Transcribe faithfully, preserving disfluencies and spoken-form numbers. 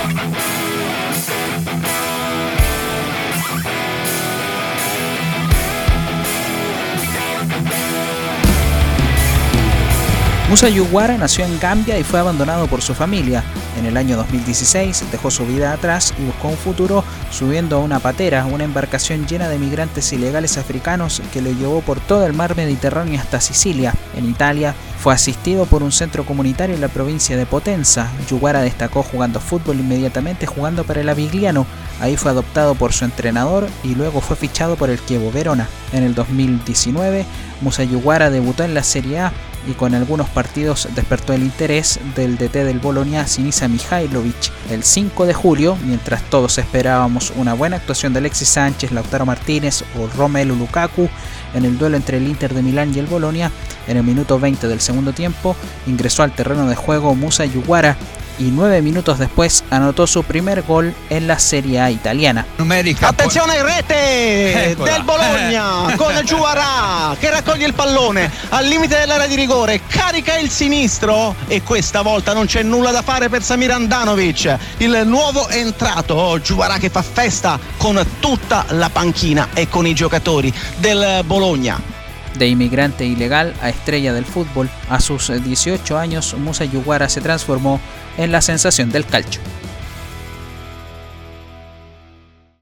Moussa Diawara nació en Gambia y fue abandonado por su familia. En el año dos mil dieciséis dejó su vida atrás y buscó un futuro subiendo a una patera, una embarcación llena de migrantes ilegales africanos que lo llevó por todo el mar Mediterráneo hasta Sicilia. En Italia fue asistido por un centro comunitario en la provincia de Potenza. Diawara destacó jugando fútbol inmediatamente jugando para el Avigliano. Ahí fue adoptado por su entrenador y luego fue fichado por el Chievo Verona. En el dos mil diecinueve, Moussa Diawara debutó en la Serie A y con algunos partidos despertó el interés del D T del Bologna, Sinisa Mihajlovic. El cinco de julio, mientras todos esperábamos una buena actuación de Alexis Sánchez, Lautaro Martínez o Romelu Lukaku en el duelo entre el Inter de Milán y el Bologna, en el minuto veinte del segundo tiempo ingresó al terreno de juego Moussa Diawara y nueve minutos después anotó su primer gol en la Serie A italiana. Numerica. Attenzione, rete Eccola. del Bologna con Diawara che raccoglie il pallone al limite dell'area di rigore, carica il sinistro e questa volta non c'è nulla da fare per Samir Handanovic, il nuovo entrato. Diawara che fa festa con tutta la panchina e con i giocatori del Bologna. De inmigrante ilegal a estrella del fútbol, a sus dieciocho años Moussa Diawara se transformó en la sensación del calcio.